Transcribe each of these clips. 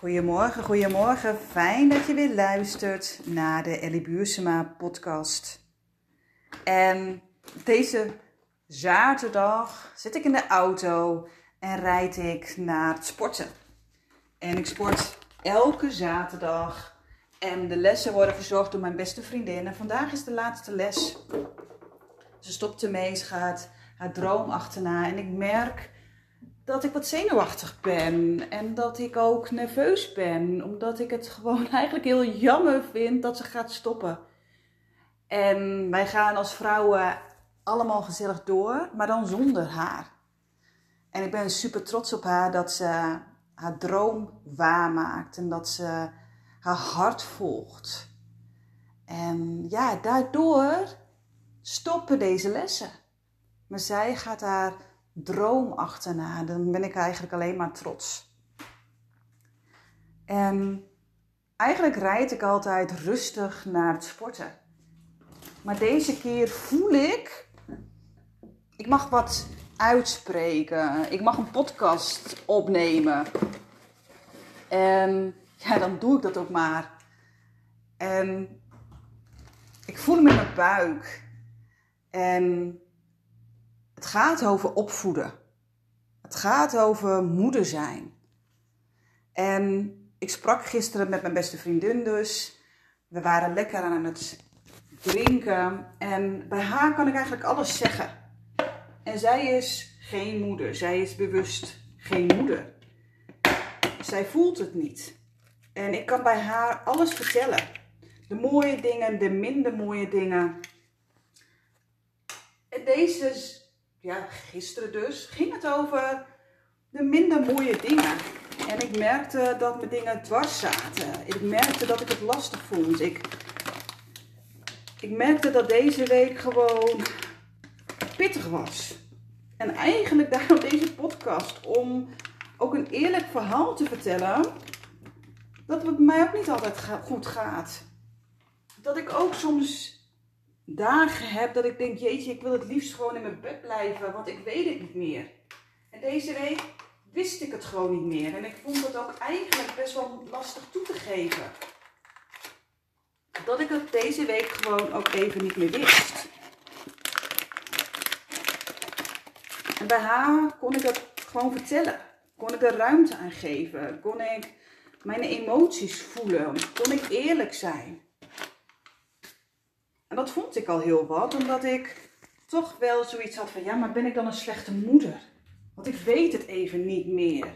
Goedemorgen, goedemorgen. Fijn dat je weer luistert naar de Ellie Buursema podcast. En deze zaterdag zit ik in de auto en rijd ik naar het sporten. En ik sport elke zaterdag en de lessen worden verzorgd door mijn beste vriendin. En vandaag is de laatste les. Ze stopt ermee, ze gaat haar droom achterna en ik merk dat ik wat zenuwachtig ben en dat ik ook nerveus ben, omdat ik het gewoon eigenlijk heel jammer vind dat ze gaat stoppen. En wij gaan als vrouwen allemaal gezellig door, maar dan zonder haar. En ik ben super trots op haar dat ze haar droom waarmaakt en dat ze haar hart volgt. En ja, daardoor stoppen deze lessen. Maar zij gaat haar droom achterna. Dan ben ik eigenlijk alleen maar trots. En eigenlijk rijd ik altijd rustig naar het sporten. Maar deze keer voel ik mag wat uitspreken. Ik mag een podcast opnemen. En ja, dan doe ik dat ook maar. En ik voel hem in mijn buik. En het gaat over opvoeden. Het gaat over moeder zijn. En ik sprak gisteren met mijn beste vriendin dus. We waren lekker aan het drinken. En bij haar kan ik eigenlijk alles zeggen. En zij is geen moeder. Zij is bewust geen moeder. Zij voelt het niet. En ik kan bij haar alles vertellen. De mooie dingen, de minder mooie dingen. En gisteren dus, ging het over de minder mooie dingen. En ik merkte dat me dingen dwars zaten. Ik merkte dat ik het lastig vond. Ik merkte dat deze week gewoon pittig was. En eigenlijk daarom deze podcast, om ook een eerlijk verhaal te vertellen, dat het bij mij ook niet altijd goed gaat. Dat ik ook soms dagen heb dat ik denk, jeetje, ik wil het liefst gewoon in mijn bed blijven, want ik weet het niet meer. En deze week wist ik het gewoon niet meer. En ik vond het ook eigenlijk best wel lastig toe te geven. Dat ik het deze week gewoon ook even niet meer wist. En bij haar kon ik dat gewoon vertellen. Kon ik er ruimte aan geven. Kon ik mijn emoties voelen. Kon ik eerlijk zijn. En dat vond ik al heel wat, omdat ik toch wel zoiets had van, ja, maar ben ik dan een slechte moeder? Want ik weet het even niet meer.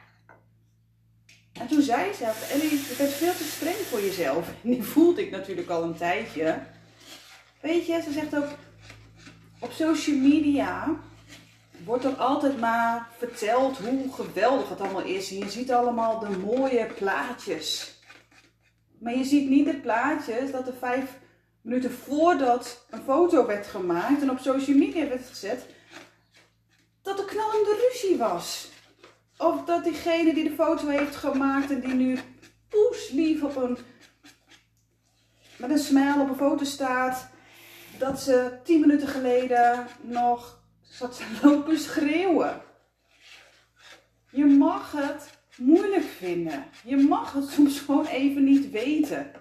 En toen zei ze, Ellie, je bent veel te streng voor jezelf. En die voelde ik natuurlijk al een tijdje. Weet je, ze zegt ook, op social media wordt er altijd maar verteld hoe geweldig het allemaal is. En je ziet allemaal de mooie plaatjes. Maar je ziet niet de plaatjes dat er 5 minuten voordat een foto werd gemaakt en op social media werd gezet, dat er knallende ruzie was. Of dat diegene die de foto heeft gemaakt en die nu poeslief met een smile op een foto staat, dat ze 10 minuten geleden nog zat te lopen schreeuwen. Je mag het moeilijk vinden. Je mag het soms gewoon even niet weten.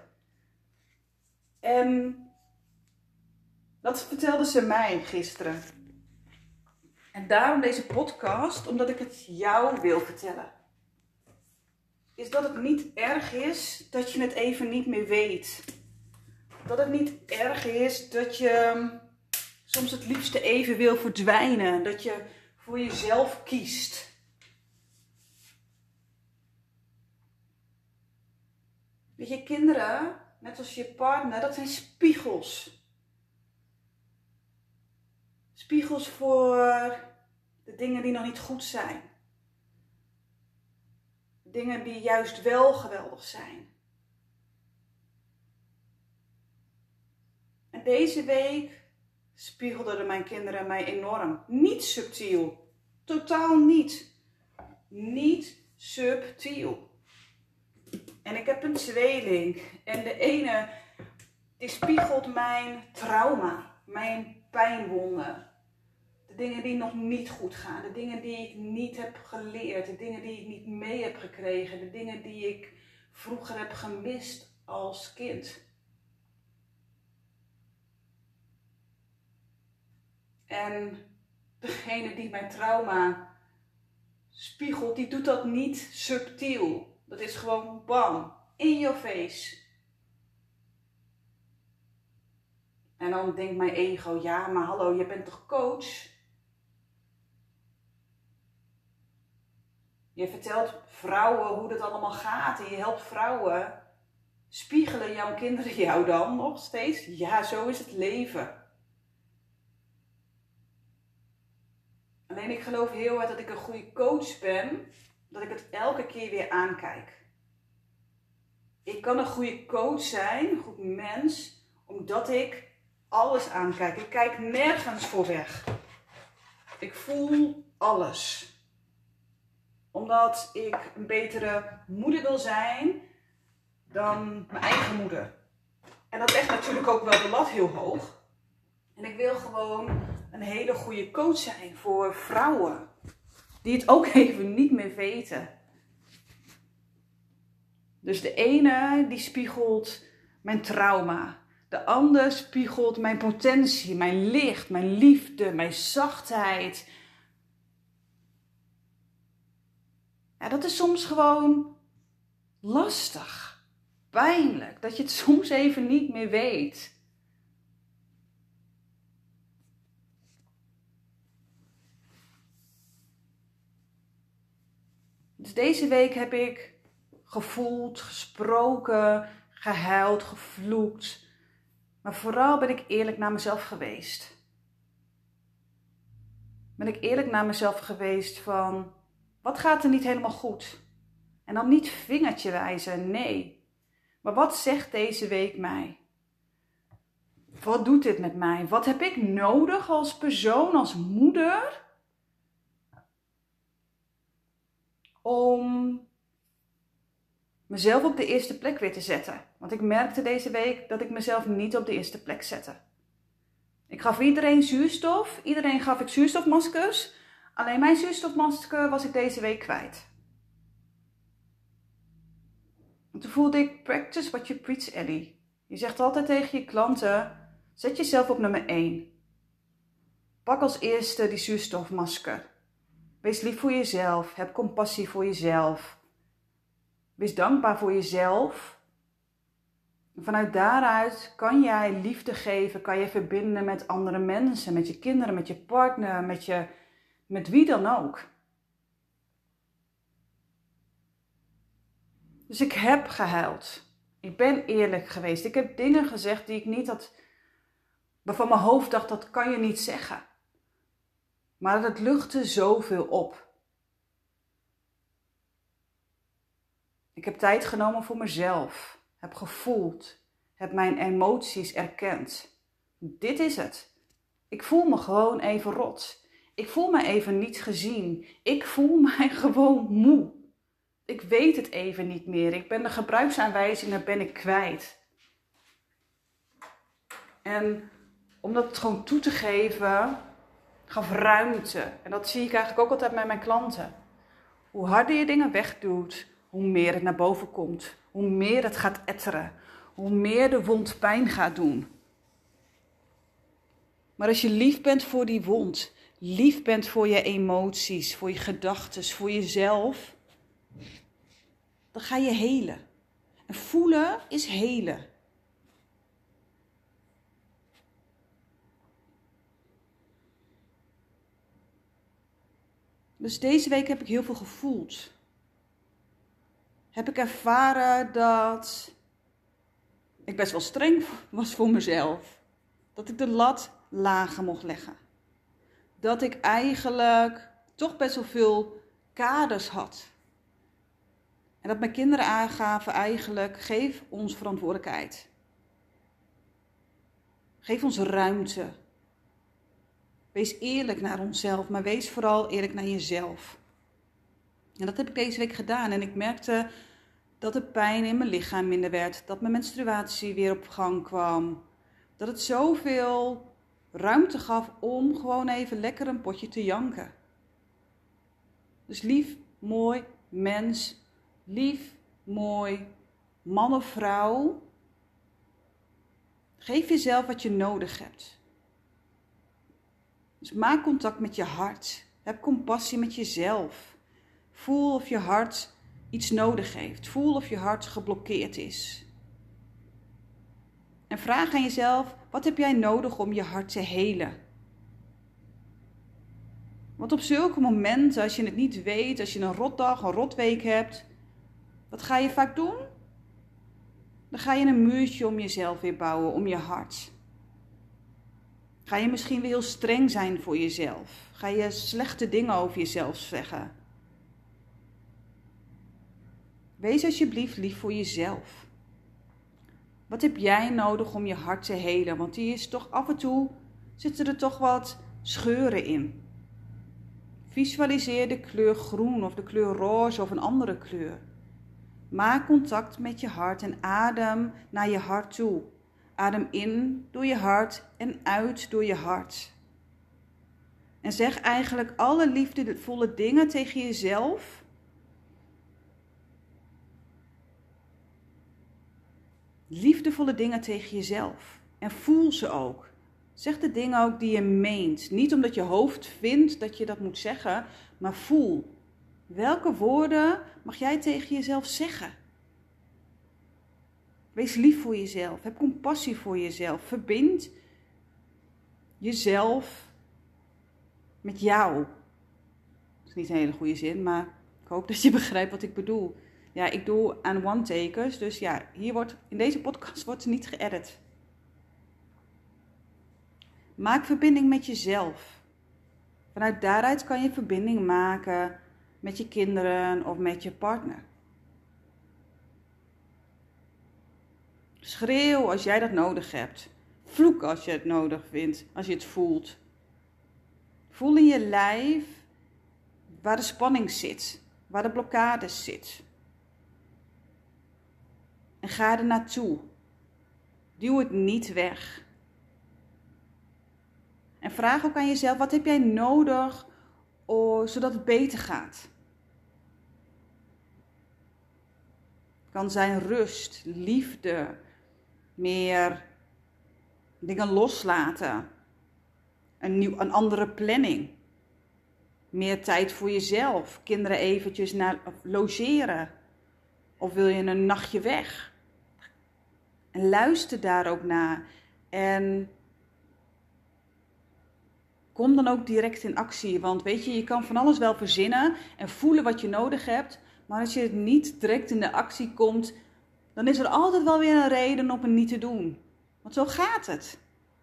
En dat vertelde ze mij gisteren. En daarom deze podcast, omdat ik het jou wil vertellen. Is dat het niet erg is dat je het even niet meer weet. Dat het niet erg is dat je soms het liefste even wil verdwijnen. Dat je voor jezelf kiest. Weet je, kinderen, net als je partner, dat zijn spiegels. Spiegels voor de dingen die nog niet goed zijn. Dingen die juist wel geweldig zijn. En deze week spiegelden mijn kinderen mij enorm. Niet subtiel. Totaal niet. Niet subtiel. En ik heb een tweeling. En de ene die spiegelt mijn trauma. Mijn pijnwonden. De dingen die nog niet goed gaan. De dingen die ik niet heb geleerd. De dingen die ik niet mee heb gekregen. gekregen. De dingen die ik vroeger heb gemist als kind. En degene die mijn trauma spiegelt, die doet dat niet subtiel. Dat is gewoon bam, in your face. En dan denkt mijn ego, ja, maar hallo, je bent toch coach? Je vertelt vrouwen hoe dat allemaal gaat en je helpt vrouwen. Spiegelen jouw kinderen jou dan nog steeds? Ja, zo is het leven. Alleen ik geloof heel erg dat ik een goede coach ben, dat ik het elke keer weer aankijk. Ik kan een goede coach zijn, een goed mens, omdat ik alles aankijk. Ik kijk nergens voor weg. Ik voel alles. Omdat ik een betere moeder wil zijn dan mijn eigen moeder. En dat legt natuurlijk ook wel de lat heel hoog. En ik wil gewoon een hele goede coach zijn voor vrouwen. Die het ook even niet meer weten. Dus de ene die spiegelt mijn trauma. De ander spiegelt mijn potentie, mijn licht, mijn liefde, mijn zachtheid. Ja, dat is soms gewoon lastig, pijnlijk, dat je het soms even niet meer weet. Dus deze week heb ik gevoeld, gesproken, gehuild, gevloekt. Maar vooral ben ik eerlijk naar mezelf geweest. Ben ik eerlijk naar mezelf geweest van, wat gaat er niet helemaal goed? En dan niet vingertje wijzen, nee. Maar wat zegt deze week mij? Wat doet dit met mij? Wat heb ik nodig als persoon, als moeder? Om mezelf op de eerste plek weer te zetten. Want ik merkte deze week dat ik mezelf niet op de eerste plek zette. Ik gaf iedereen zuurstof. Iedereen gaf ik zuurstofmaskers. Alleen mijn zuurstofmasker was ik deze week kwijt. En toen voelde ik, practice what you preach, Ellie. Je zegt altijd tegen je klanten, zet jezelf op nummer 1. Pak als eerste die zuurstofmasker. Wees lief voor jezelf. Heb compassie voor jezelf. Wees dankbaar voor jezelf. En vanuit daaruit kan jij liefde geven, kan je verbinden met andere mensen, met je kinderen, met je partner, met wie dan ook. Dus ik heb gehuild. Ik ben eerlijk geweest. Ik heb dingen gezegd die ik niet had, waarvan mijn hoofd dacht, dat kan je niet zeggen. Maar het luchtte zoveel op. Ik heb tijd genomen voor mezelf. Heb gevoeld. Heb mijn emoties erkend. Dit is het. Ik voel me gewoon even rot. Ik voel me even niet gezien. Ik voel mij gewoon moe. Ik weet het even niet meer. Ik ben de gebruiksaanwijzingen ben ik kwijt. En om dat gewoon toe te geven, gaf ruimte. En dat zie ik eigenlijk ook altijd met mijn klanten. Hoe harder je dingen wegdoet, hoe meer het naar boven komt. Hoe meer het gaat etteren. Hoe meer de wond pijn gaat doen. Maar als je lief bent voor die wond, lief bent voor je emoties, voor je gedachten, voor jezelf, dan ga je helen. En voelen is helen. Dus deze week heb ik heel veel gevoeld. Heb ik ervaren dat ik best wel streng was voor mezelf. Dat ik de lat lager mocht leggen. Dat ik eigenlijk toch best wel veel kaders had. En dat mijn kinderen aangaven eigenlijk, geef ons verantwoordelijkheid. Geef ons ruimte. Wees eerlijk naar onszelf, maar wees vooral eerlijk naar jezelf. En dat heb ik deze week gedaan. En ik merkte dat de pijn in mijn lichaam minder werd. Dat mijn menstruatie weer op gang kwam. Dat het zoveel ruimte gaf om gewoon even lekker een potje te janken. Dus lief, mooi mens, lief, mooi, man of vrouw. Geef jezelf wat je nodig hebt. Dus maak contact met je hart. Heb compassie met jezelf. Voel of je hart iets nodig heeft. Voel of je hart geblokkeerd is. En vraag aan jezelf, wat heb jij nodig om je hart te helen? Want op zulke momenten, als je het niet weet, als je een rotdag, een rotweek hebt, wat ga je vaak doen? Dan ga je een muurtje om jezelf weer bouwen, om je hart. Ga je misschien weer heel streng zijn voor jezelf? Ga je slechte dingen over jezelf zeggen? Wees alsjeblieft lief voor jezelf. Wat heb jij nodig om je hart te helen? Want die is toch af en toe, zitten er toch wat scheuren in. Visualiseer de kleur groen of de kleur roze of een andere kleur. Maak contact met je hart en adem naar je hart toe. Adem in door je hart en uit door je hart. En zeg eigenlijk alle liefdevolle dingen tegen jezelf. Liefdevolle dingen tegen jezelf. En voel ze ook. Zeg de dingen ook die je meent. Niet omdat je hoofd vindt dat je dat moet zeggen, maar voel. Welke woorden mag jij tegen jezelf zeggen? Wees lief voor jezelf. Heb compassie voor jezelf. Verbind jezelf met jou. Dat is niet een hele goede zin, maar ik hoop dat je begrijpt wat ik bedoel. Ja, ik doe aan one-takers, dus ja, in deze podcast wordt niet geëdit. Maak verbinding met jezelf. Vanuit daaruit kan je verbinding maken met je kinderen of met je partner. Schreeuw als jij dat nodig hebt. Vloek als je het nodig vindt, als je het voelt. Voel in je lijf waar de spanning zit, waar de blokkade zit. En ga er naartoe. Duw het niet weg. En vraag ook aan jezelf, wat heb jij nodig zodat het beter gaat? Het kan zijn rust, liefde, meer dingen loslaten, een andere planning, meer tijd voor jezelf, kinderen eventjes logeren of wil je een nachtje weg? En luister daar ook naar en kom dan ook direct in actie, want weet je kan van alles wel verzinnen en voelen wat je nodig hebt, maar als je het niet direct in de actie komt, dan is er altijd wel weer een reden om het niet te doen. Want zo gaat het.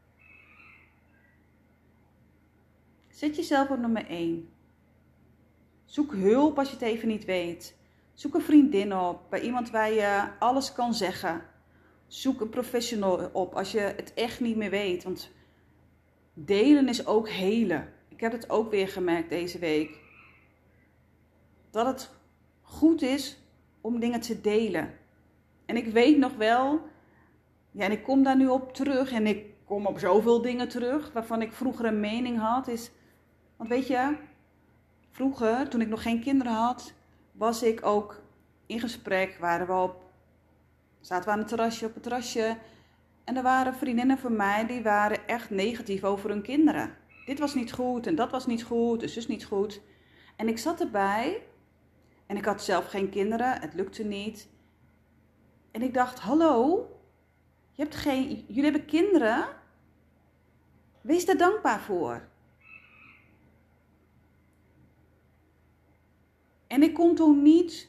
Zet jezelf op nummer 1. Zoek hulp als je het even niet weet. Zoek een vriendin op, bij iemand waar je alles kan zeggen. Zoek een professional op als je het echt niet meer weet, want delen is ook helen. Ik heb het ook weer gemerkt deze week. Dat het goed is om dingen te delen. En ik weet nog wel, en ik kom daar nu op terug en ik kom op zoveel dingen terug waarvan ik vroeger een mening had. Want weet je, vroeger toen ik nog geen kinderen had, was ik ook in gesprek, zaten we aan op het terrasje. En er waren vriendinnen van mij die waren echt negatief over hun kinderen. Dit was niet goed en dat was niet goed, dus is niet goed. En ik zat erbij en ik had zelf geen kinderen, het lukte niet. En ik dacht, hallo, jullie hebben kinderen? Wees daar dankbaar voor. En ik kon toen niet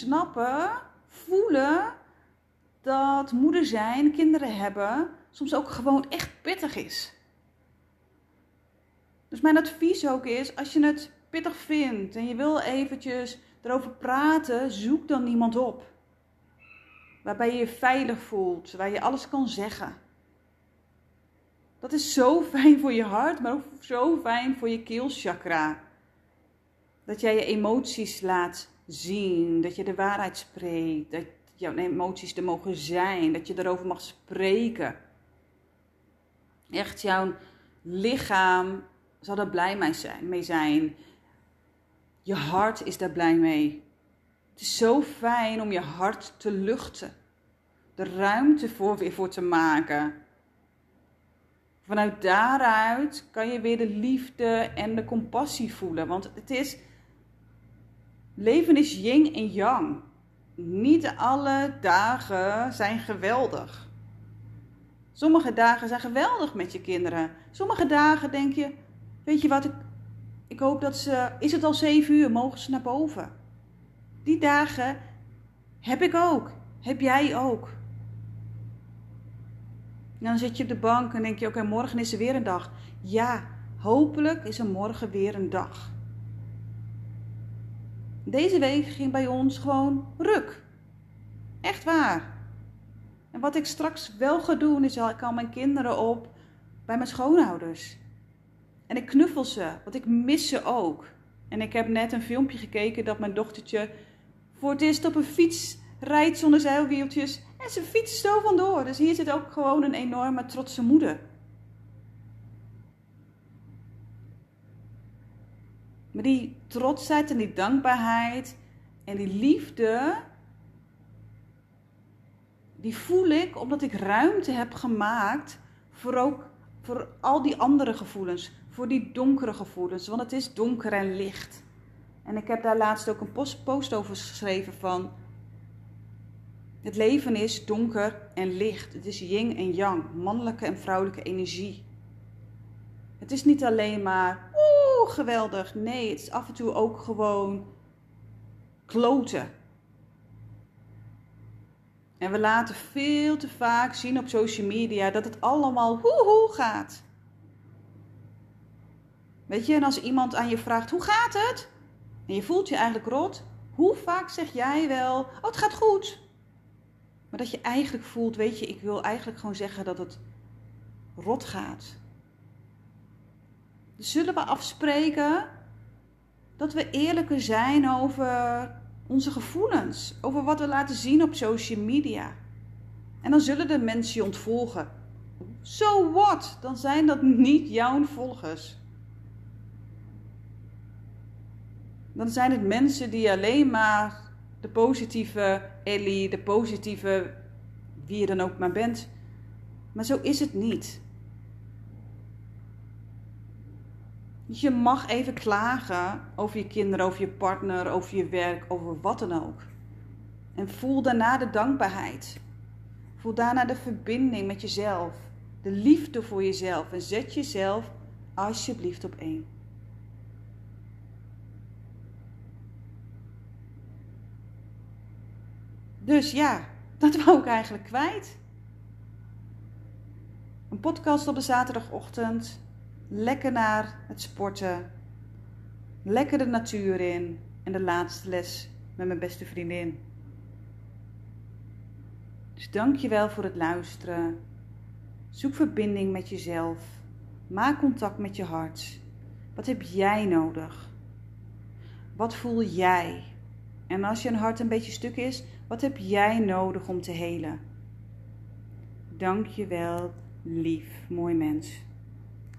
voelen dat moeder zijn, kinderen hebben, soms ook gewoon echt pittig is. Dus mijn advies ook is, als je het pittig vindt en je wil eventjes erover praten, zoek dan iemand op. Waarbij je je veilig voelt, waar je alles kan zeggen. Dat is zo fijn voor je hart, maar ook zo fijn voor je keelchakra. Dat jij je emoties laat zien, dat je de waarheid spreekt, dat jouw emoties er mogen zijn, dat je erover mag spreken. Echt, jouw lichaam zal daar blij mee zijn. Je hart is daar blij mee. Het is zo fijn om je hart te luchten. De ruimte weer voor te maken. Vanuit daaruit kan je weer de liefde en de compassie voelen. Want leven is yin en yang. Niet alle dagen zijn geweldig. Sommige dagen zijn geweldig met je kinderen. Sommige dagen denk je, weet je wat, ik hoop dat is het al 7 uur, mogen ze naar boven. Die dagen heb ik ook. Heb jij ook. En dan zit je op de bank en denk je, oké, morgen is er weer een dag. Ja, hopelijk is er morgen weer een dag. Deze week ging bij ons gewoon ruk. Echt waar. En wat ik straks wel ga doen, is ik haal mijn kinderen op bij mijn schoonouders. En ik knuffel ze, want ik mis ze ook. En ik heb net een filmpje gekeken dat mijn dochtertje voor het eerst op een fiets rijdt zonder zeilwieltjes. En ze fietst zo vandoor. Dus hier zit ook gewoon een enorme trotse moeder. Maar die trotsheid en die dankbaarheid en die liefde, die voel ik omdat ik ruimte heb gemaakt voor al die andere gevoelens. Voor die donkere gevoelens, want het is donker en licht. En ik heb daar laatst ook een post over geschreven van, het leven is donker en licht. Het is yin en yang, mannelijke en vrouwelijke energie. Het is niet alleen maar, geweldig. Nee, het is af en toe ook gewoon kloten. En we laten veel te vaak zien op social media dat het allemaal gaat. Weet je, en als iemand aan je vraagt, hoe gaat het? En je voelt je eigenlijk rot. Hoe vaak zeg jij wel, het gaat goed. Maar dat je eigenlijk voelt, weet je, ik wil eigenlijk gewoon zeggen dat het rot gaat. Dus zullen we afspreken dat we eerlijker zijn over onze gevoelens. Over wat we laten zien op social media. En dan zullen de mensen je ontvolgen. So what? Dan zijn dat niet jouw volgers. Dan zijn het mensen die alleen maar de positieve Ellie, de positieve wie je dan ook maar bent. Maar zo is het niet. Je mag even klagen over je kinderen, over je partner, over je werk, over wat dan ook. En voel daarna de dankbaarheid. Voel daarna de verbinding met jezelf. De liefde voor jezelf. En zet jezelf alsjeblieft op 1. Dus ja, dat wou ik eigenlijk kwijt. Een podcast op de zaterdagochtend. Lekker naar het sporten. Lekker de natuur in. En de laatste les met mijn beste vriendin. Dus dank je wel voor het luisteren. Zoek verbinding met jezelf. Maak contact met je hart. Wat heb jij nodig? Wat voel jij? En als je hart een beetje stuk is, wat heb jij nodig om te helen? Dank je wel, lief, mooi mens.